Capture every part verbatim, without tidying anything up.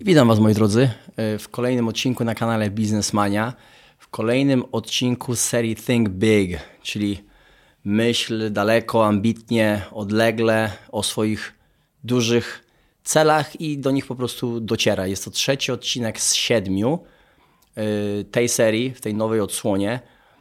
Witam Was, moi drodzy, w kolejnym odcinku na kanale Biznesmania, w kolejnym odcinku z serii Think Big, czyli myśl daleko, ambitnie, odlegle o swoich dużych celach i do nich po prostu dociera. Jest to trzeci odcinek z siedmiu tej serii, w tej nowej odsłonie.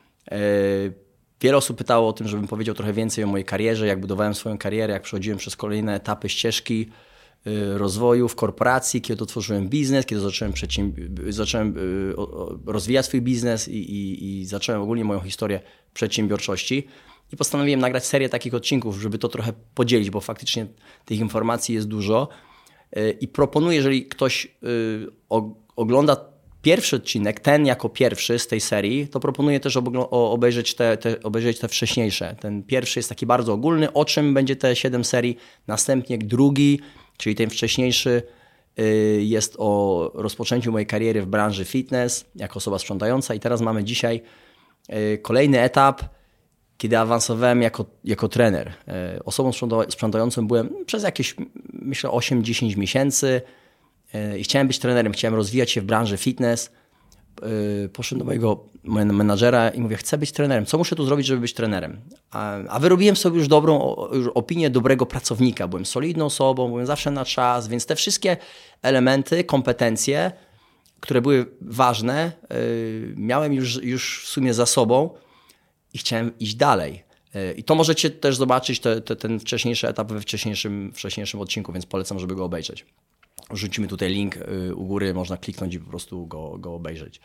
Wiele osób pytało o tym, żebym powiedział trochę więcej o mojej karierze, jak budowałem swoją karierę, jak przechodziłem przez kolejne etapy ścieżki rozwoju w korporacji, kiedy otworzyłem biznes, kiedy zacząłem, przedsiębi- zacząłem rozwijać swój biznes i, i, i zacząłem ogólnie moją historię przedsiębiorczości. I postanowiłem nagrać serię takich odcinków, żeby to trochę podzielić, bo faktycznie tych informacji jest dużo. I proponuję, jeżeli ktoś ogląda pierwszy odcinek, ten jako pierwszy z tej serii, to proponuję też obejrzeć te, te, obejrzeć te wcześniejsze. Ten pierwszy jest taki bardzo ogólny, o czym będzie te siedem serii. Następnie drugi, czyli ten wcześniejszy, jest o rozpoczęciu mojej kariery w branży fitness jako osoba sprzątająca. I teraz mamy dzisiaj kolejny etap, kiedy awansowałem jako, jako trener. Osobą sprzątającą byłem przez jakieś, myślę, osiem dziesięć miesięcy i chciałem być trenerem, chciałem rozwijać się w branży fitness. Poszedłem do mojego menadżera i mówię, chcę być trenerem. Co muszę tu zrobić, żeby być trenerem? A, a wyrobiłem sobie już dobrą już opinię dobrego pracownika. Byłem solidną osobą, byłem zawsze na czas, więc te wszystkie elementy, kompetencje, które były ważne, yy, miałem już, już w sumie za sobą i chciałem iść dalej. Yy, I to możecie też zobaczyć, te, te, ten wcześniejszy etap we wcześniejszym, wcześniejszym odcinku, więc polecam, żeby go obejrzeć. Rzucimy tutaj link u góry, można kliknąć i po prostu go, go obejrzeć.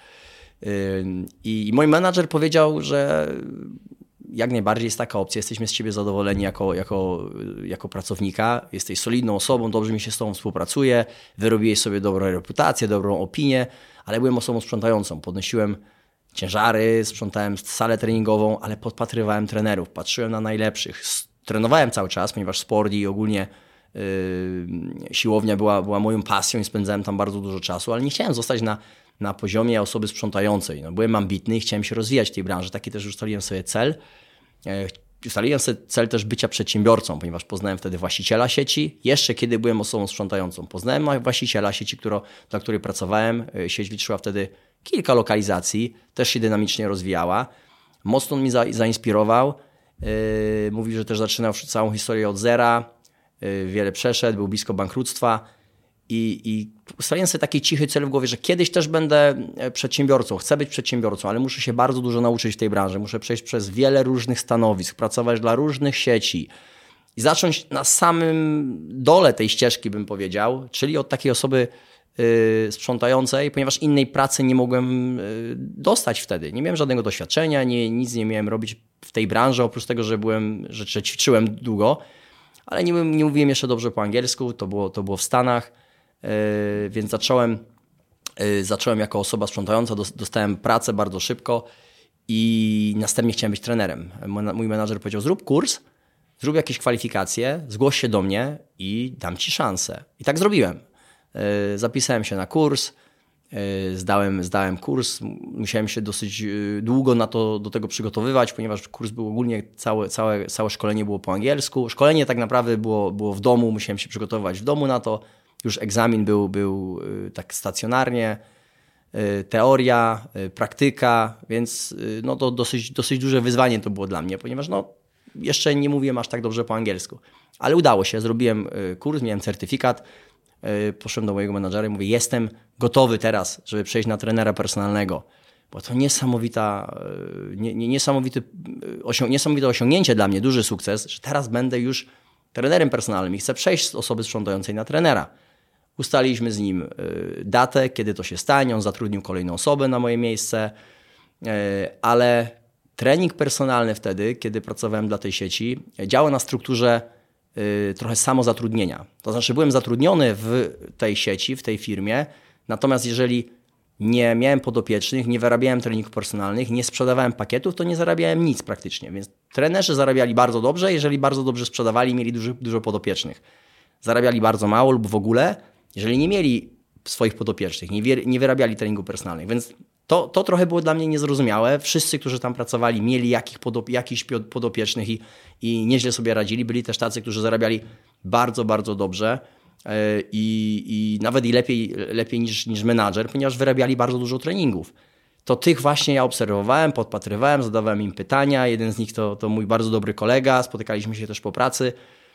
I mój menadżer powiedział, że jak najbardziej jest taka opcja, jesteśmy z Ciebie zadowoleni jako, jako, jako pracownika, jesteś solidną osobą, dobrze mi się z Tobą współpracuje, wyrobiłeś sobie dobrą reputację, dobrą opinię, ale byłem osobą sprzątającą, podnosiłem ciężary, sprzątałem salę treningową, ale podpatrywałem trenerów, patrzyłem na najlepszych, trenowałem cały czas, ponieważ sport i ogólnie Yy, siłownia była, była moją pasją i spędzałem tam bardzo dużo czasu, ale nie chciałem zostać na, na poziomie osoby sprzątającej. No, byłem ambitny i chciałem się rozwijać w tej branży. Taki też ustaliłem sobie cel. Yy, ustaliłem sobie cel też bycia przedsiębiorcą, ponieważ poznałem wtedy właściciela sieci. Jeszcze kiedy byłem osobą sprzątającą, poznałem właściciela sieci, którą, dla której pracowałem. Yy, sieć liczyła wtedy kilka lokalizacji, też się dynamicznie rozwijała. Mocno on mi za, zainspirował. Yy, mówił, że też zaczynał całą historię od zera. Wiele przeszedł, był blisko bankructwa i, i ustaliłem sobie taki cichy cel w głowie, że kiedyś też będę przedsiębiorcą, chcę być przedsiębiorcą, ale muszę się bardzo dużo nauczyć w tej branży, muszę przejść przez wiele różnych stanowisk, pracować dla różnych sieci i zacząć na samym dole tej ścieżki, bym powiedział, czyli od takiej osoby yy, sprzątającej, ponieważ innej pracy nie mogłem yy, dostać wtedy. Nie miałem żadnego doświadczenia, nie, nic nie miałem robić w tej branży, oprócz tego, że byłem, że, że ćwiczyłem długo. Ale nie, nie mówiłem jeszcze dobrze po angielsku, to było, to było w Stanach, yy, więc zacząłem, yy, zacząłem jako osoba sprzątająca, dostałem pracę bardzo szybko i następnie chciałem być trenerem. Mój menadżer powiedział, zrób kurs, zrób jakieś kwalifikacje, zgłoś się do mnie i dam ci szansę. I tak zrobiłem. Yy, zapisałem się na kurs, yy, zdałem, zdałem kurs, musiałem się dosyć długo na to, do tego przygotowywać, ponieważ kurs był ogólnie, całe, całe, całe szkolenie było po angielsku. Szkolenie tak naprawdę było, było w domu, musiałem się przygotowywać w domu na to. Już egzamin był, był yy, tak stacjonarnie, yy, teoria, yy, praktyka, więc yy, no to dosyć, dosyć duże wyzwanie to było dla mnie, ponieważ no, jeszcze nie mówiłem aż tak dobrze po angielsku. Ale udało się, zrobiłem yy, kurs, miałem certyfikat. Poszedłem do mojego menadżera i mówię, jestem gotowy teraz, żeby przejść na trenera personalnego, bo to niesamowita, nie, nie, niesamowity, osią, niesamowite osiągnięcie dla mnie, duży sukces, że teraz będę już trenerem personalnym i chcę przejść z osoby sprzątającej na trenera. Ustaliliśmy z nim datę, kiedy to się stanie, on zatrudnił kolejną osobę na moje miejsce, ale trening personalny wtedy, kiedy pracowałem dla tej sieci, działał na strukturze trochę samozatrudnienia. To znaczy byłem zatrudniony w tej sieci, w tej firmie, natomiast jeżeli nie miałem podopiecznych, nie wyrabiałem treningów personalnych, nie sprzedawałem pakietów, to nie zarabiałem nic praktycznie. Więc trenerzy zarabiali bardzo dobrze, jeżeli bardzo dobrze sprzedawali, mieli dużo, dużo podopiecznych. Zarabiali bardzo mało lub w ogóle, jeżeli nie mieli swoich podopiecznych, nie, nie wyrabiali treningów personalnych. Więc to, to trochę było dla mnie niezrozumiałe. Wszyscy, którzy tam pracowali, mieli jakich podop- jakichś podopiecznych i, i nieźle sobie radzili. Byli też tacy, którzy zarabiali bardzo, bardzo dobrze. i, i nawet i lepiej, lepiej niż, niż menadżer, ponieważ wyrabiali bardzo dużo treningów. To tych właśnie ja obserwowałem, podpatrywałem, zadawałem im pytania. Jeden z nich to, to mój bardzo dobry kolega, spotykaliśmy się też po pracy.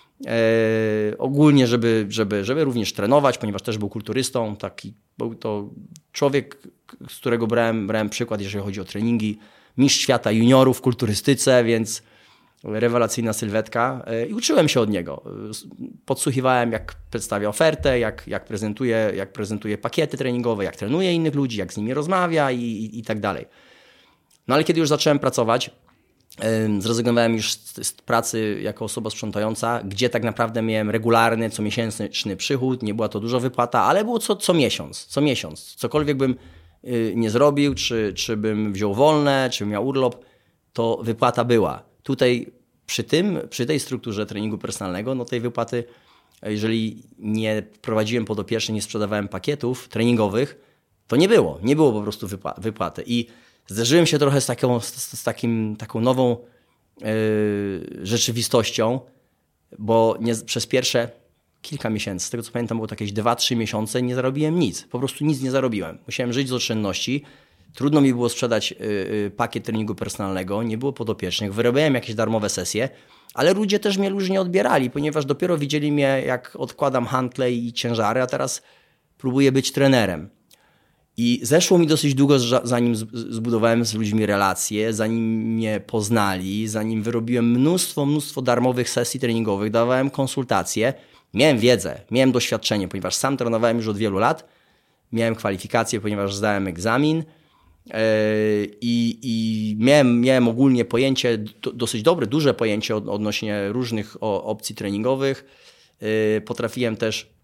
E, ogólnie, żeby, żeby, żeby również trenować, ponieważ też był kulturystą. Taki, był to człowiek, z którego brałem, brałem przykład, jeżeli chodzi o treningi. Mistrz świata juniorów w kulturystyce, więc rewelacyjna sylwetka e, i uczyłem się od niego. Podsłuchiwałem, jak przedstawia ofertę, jak, jak, prezentuje, jak prezentuje pakiety treningowe, jak trenuje innych ludzi, jak z nimi rozmawia i, i, i tak dalej. No ale kiedy już zacząłem pracować, zrezygnowałem już z, z pracy jako osoba sprzątająca, gdzie tak naprawdę miałem regularny, comiesięczny przychód, nie była to duża wypłata, ale było co, co miesiąc, co miesiąc. Cokolwiek bym nie zrobił, czy, czy bym wziął wolne, czy miał urlop, to wypłata była. Tutaj przy tym, przy tej strukturze treningu personalnego, no tej wypłaty, jeżeli nie prowadziłem podopiecznych, nie sprzedawałem pakietów treningowych, to nie było, nie było po prostu wypła- wypłaty. I zderzyłem się trochę z taką, z, z takim, taką nową yy, rzeczywistością, bo nie, przez pierwsze kilka miesięcy, z tego co pamiętam, było to jakieś dwa trzy miesiące, nie zarobiłem nic. Po prostu nic nie zarobiłem. Musiałem żyć z oszczędności. Trudno mi było sprzedać yy, yy, pakiet treningu personalnego, nie było podopiecznych, wyrabiałem jakieś darmowe sesje, ale ludzie też mnie różnie odbierali, ponieważ dopiero widzieli mnie, jak odkładam hantle i ciężary, a teraz próbuję być trenerem. I zeszło mi dosyć długo, zanim zbudowałem z ludźmi relacje, zanim mnie poznali, zanim wyrobiłem mnóstwo, mnóstwo darmowych sesji treningowych, dawałem konsultacje. Miałem wiedzę, miałem doświadczenie, ponieważ sam trenowałem już od wielu lat. Miałem kwalifikacje, ponieważ zdałem egzamin yy, i, i miałem, miałem ogólnie pojęcie, do, dosyć dobre, duże pojęcie od, odnośnie różnych o, opcji treningowych. Yy, potrafiłem też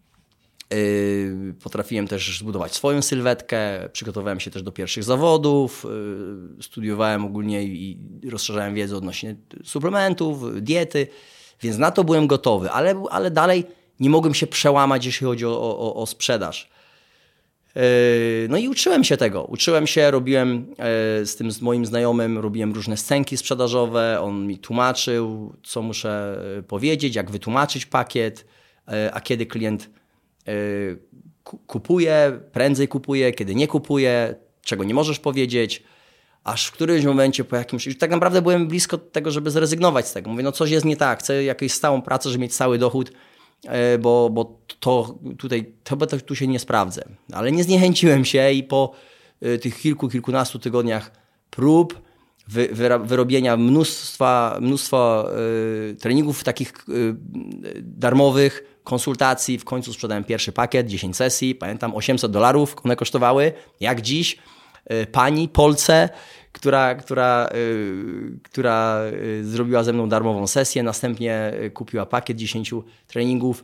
Yy, potrafiłem też zbudować swoją sylwetkę, przygotowałem się też do pierwszych zawodów, yy, studiowałem ogólnie i rozszerzałem wiedzę odnośnie suplementów, diety, więc na to byłem gotowy, ale, ale dalej nie mogłem się przełamać, jeśli chodzi o, o, o sprzedaż. Yy, no i uczyłem się tego, uczyłem się, robiłem yy, z tym z moim znajomym, robiłem różne scenki sprzedażowe, on mi tłumaczył, co muszę powiedzieć, jak wytłumaczyć pakiet, yy, a kiedy klient kupuje, prędzej kupuje, kiedy nie kupuje, czego nie możesz powiedzieć, aż w którymś momencie po jakimś... Już tak naprawdę byłem blisko tego, żeby zrezygnować z tego. Mówię, no coś jest nie tak, chcę jakąś stałą pracę, żeby mieć stały dochód, bo, bo to tutaj chyba to tu się nie sprawdzę. Ale nie zniechęciłem się i po tych kilku, kilkunastu tygodniach prób, wy, wy, wyrobienia mnóstwa, mnóstwa y, treningów takich y, darmowych, konsultacji, w końcu sprzedałem pierwszy pakiet, dziesięć sesji, pamiętam osiemset dolarów one kosztowały, jak dziś, pani Polce, która, która, która zrobiła ze mną darmową sesję, następnie kupiła pakiet dziesięciu treningów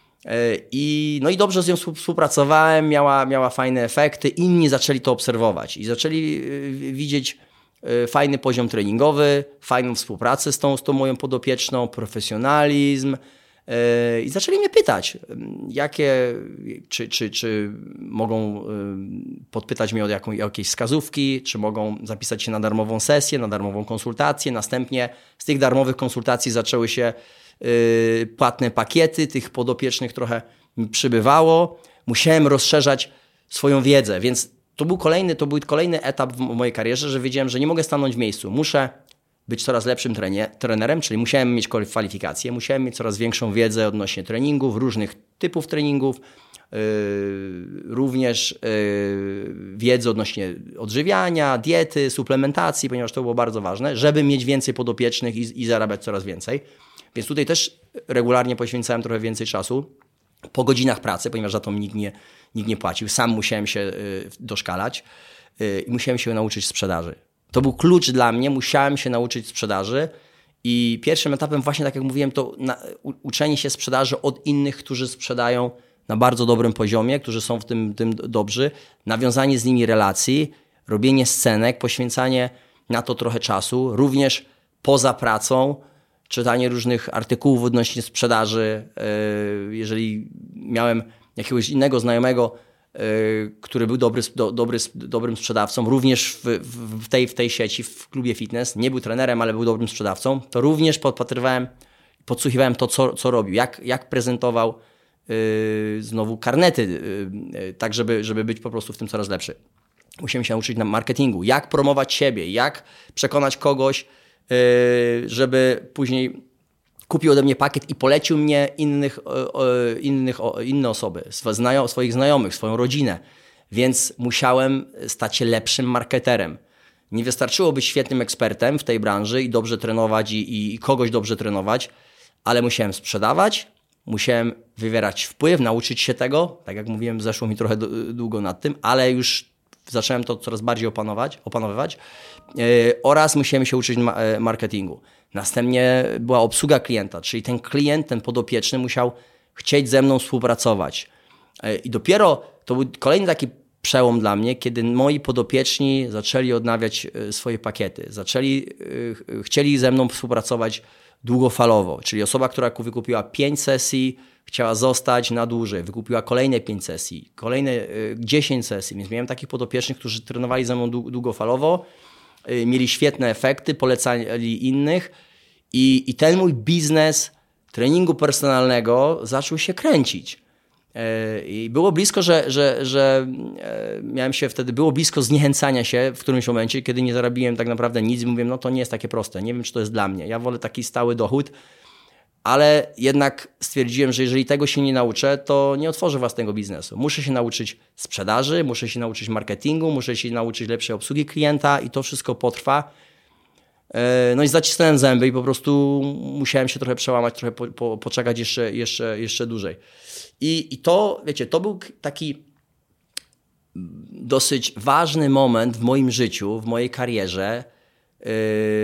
i, no i dobrze z nią współpracowałem, miała, miała fajne efekty, inni zaczęli to obserwować i zaczęli widzieć fajny poziom treningowy, fajną współpracę z tą, z tą moją podopieczną, profesjonalizm. I zaczęli mnie pytać, jakie, czy, czy, czy mogą podpytać mnie o jaką, jakieś wskazówki, czy mogą zapisać się na darmową sesję, na darmową konsultację. Następnie z tych darmowych konsultacji zaczęły się płatne pakiety, tych podopiecznych trochę przybywało. Musiałem rozszerzać swoją wiedzę, więc to był kolejny, to był kolejny etap w mojej karierze, że wiedziałem, że nie mogę stanąć w miejscu. Muszę być coraz lepszym trenie, trenerem, czyli musiałem mieć kwalifikacje, musiałem mieć coraz większą wiedzę odnośnie treningów, różnych typów treningów, yy, również yy, wiedzę odnośnie odżywiania, diety, suplementacji, ponieważ to było bardzo ważne, żeby mieć więcej podopiecznych i, i zarabiać coraz więcej. Więc tutaj też regularnie poświęcałem trochę więcej czasu po godzinach pracy, ponieważ za to nikt nie, nikt nie płacił. Sam musiałem się yy, doszkalać yy, i musiałem się nauczyć sprzedaży. To był klucz dla mnie, musiałem się nauczyć sprzedaży i pierwszym etapem właśnie, tak jak mówiłem, to na, u, uczenie się sprzedaży od innych, którzy sprzedają na bardzo dobrym poziomie, którzy są w tym, tym dobrzy, nawiązanie z nimi relacji, robienie scenek, poświęcanie na to trochę czasu, również poza pracą, czytanie różnych artykułów odnośnie sprzedaży. Jeżeli miałem jakiegoś innego znajomego, który był dobry, do, dobry, dobrym sprzedawcą, również w, w, tej, w tej sieci, w klubie fitness, nie był trenerem, ale był dobrym sprzedawcą, to również podpatrywałem, podsłuchiwałem to, co, co robił, jak, jak prezentował znowu karnety, tak żeby, żeby być po prostu w tym coraz lepszy. Musiałem się nauczyć na marketingu, jak promować siebie, jak przekonać kogoś, żeby później kupił ode mnie pakiet i polecił mnie innych, innych, inne osoby, swoich znajomych, swoją rodzinę. Więc musiałem stać się lepszym marketerem. Nie wystarczyło być świetnym ekspertem w tej branży i dobrze trenować i, i kogoś dobrze trenować, ale musiałem sprzedawać, musiałem wywierać wpływ, nauczyć się tego. Tak jak mówiłem, zeszło mi trochę długo nad tym, ale już zacząłem to coraz bardziej opanować, opanowywać yy, oraz musiałem się uczyć ma- marketingu. Następnie była obsługa klienta, czyli ten klient, ten podopieczny musiał chcieć ze mną współpracować. Yy, I dopiero to był kolejny taki przełom dla mnie, kiedy moi podopieczni zaczęli odnawiać swoje pakiety, zaczęli, yy, chcieli ze mną współpracować długofalowo, czyli osoba, która wykupiła pięć sesji, chciała zostać na dłużej, wykupiła kolejne pięć sesji, kolejne y, dziesięć sesji, więc miałem takich podopiecznych, którzy trenowali ze mną długofalowo, y, mieli świetne efekty, polecali innych i, i ten mój biznes treningu personalnego zaczął się kręcić. Y, I było blisko, że, że, że y, miałem się wtedy, było blisko zniechęcania się w którymś momencie, kiedy nie zarobiłem tak naprawdę nic i mówiłem, no to nie jest takie proste, nie wiem, czy to jest dla mnie, ja wolę taki stały dochód. Ale jednak stwierdziłem, że jeżeli tego się nie nauczę, to nie otworzę własnego biznesu. Muszę się nauczyć sprzedaży, muszę się nauczyć marketingu, muszę się nauczyć lepszej obsługi klienta i to wszystko potrwa. No i zacisnąłem zęby i po prostu musiałem się trochę przełamać, trochę po, po, poczekać jeszcze, jeszcze, jeszcze dłużej. I, I to, wiecie, to był taki dosyć ważny moment w moim życiu, w mojej karierze yy,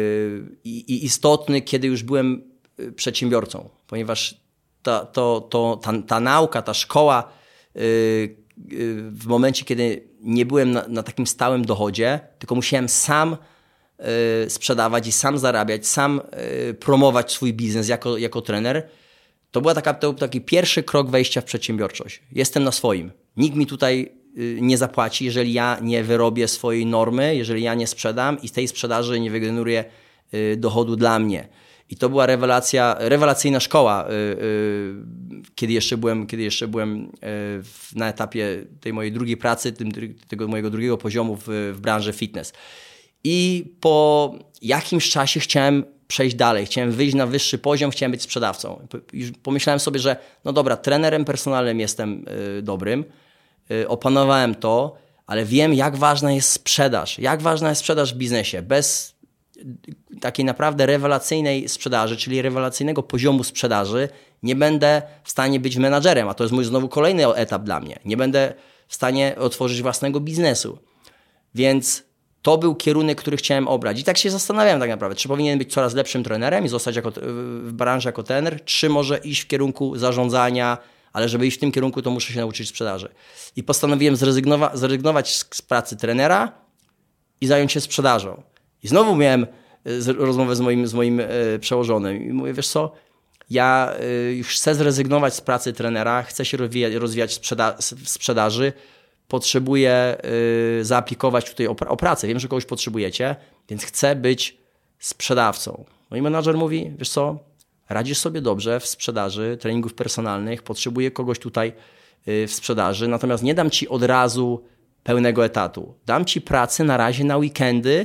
i istotny, kiedy już byłem przedsiębiorcą, ponieważ ta, to, to, ta, ta nauka, ta szkoła yy, yy, w momencie, kiedy nie byłem na, na takim stałym dochodzie, tylko musiałem sam yy, sprzedawać i sam zarabiać, sam yy, promować swój biznes jako, jako trener, to była taka, to był taki pierwszy krok wejścia w przedsiębiorczość. Jestem na swoim. Nikt mi tutaj yy, nie zapłaci, jeżeli ja nie wyrobię swojej normy, jeżeli ja nie sprzedam i z tej sprzedaży nie wygeneruję yy, dochodu dla mnie. I to była rewelacja, rewelacyjna szkoła, yy, yy, kiedy jeszcze byłem, kiedy jeszcze byłem yy, na etapie tej mojej drugiej pracy, tym, tego mojego drugiego poziomu w, w branży fitness. I po jakimś czasie chciałem przejść dalej, chciałem wyjść na wyższy poziom, chciałem być sprzedawcą. Już pomyślałem sobie, że no dobra, trenerem personalnym jestem yy, dobrym, yy, opanowałem to, ale wiem, jak ważna jest sprzedaż, jak ważna jest sprzedaż w biznesie. Bez takiej naprawdę rewelacyjnej sprzedaży, czyli rewelacyjnego poziomu sprzedaży, nie będę w stanie być menadżerem, a to jest mój znowu kolejny etap dla mnie. Nie będę w stanie otworzyć własnego biznesu. Więc to był kierunek, który chciałem obrać. I tak się zastanawiałem tak naprawdę, czy powinien być coraz lepszym trenerem i zostać jako, w branży jako trener, czy może iść w kierunku zarządzania, ale żeby iść w tym kierunku, to muszę się nauczyć sprzedaży. I postanowiłem zrezygnowa- zrezygnować z pracy trenera i zająć się sprzedażą. I znowu miałem rozmowę z moim, z moim przełożonym i mówię, wiesz co, ja już chcę zrezygnować z pracy trenera, chcę się rozwijać, rozwijać w, sprzeda- w sprzedaży, potrzebuję zaaplikować tutaj o, o pracę, wiem, że kogoś potrzebujecie, więc chcę być sprzedawcą. No i menadżer mówi, wiesz co, radzisz sobie dobrze w sprzedaży treningów personalnych, potrzebuję kogoś tutaj w sprzedaży, natomiast nie dam ci od razu pełnego etatu. Dam ci pracę na razie na weekendy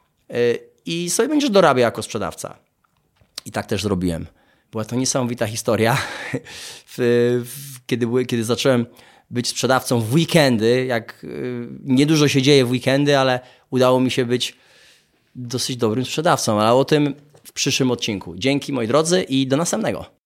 i sobie będziesz dorabiał jako sprzedawca. I tak też zrobiłem. Była to niesamowita historia. w, w, kiedy, były, kiedy zacząłem być sprzedawcą w weekendy, jak niedużo się dzieje w weekendy, ale udało mi się być dosyć dobrym sprzedawcą, ale o tym w przyszłym odcinku. Dzięki moi drodzy i do następnego.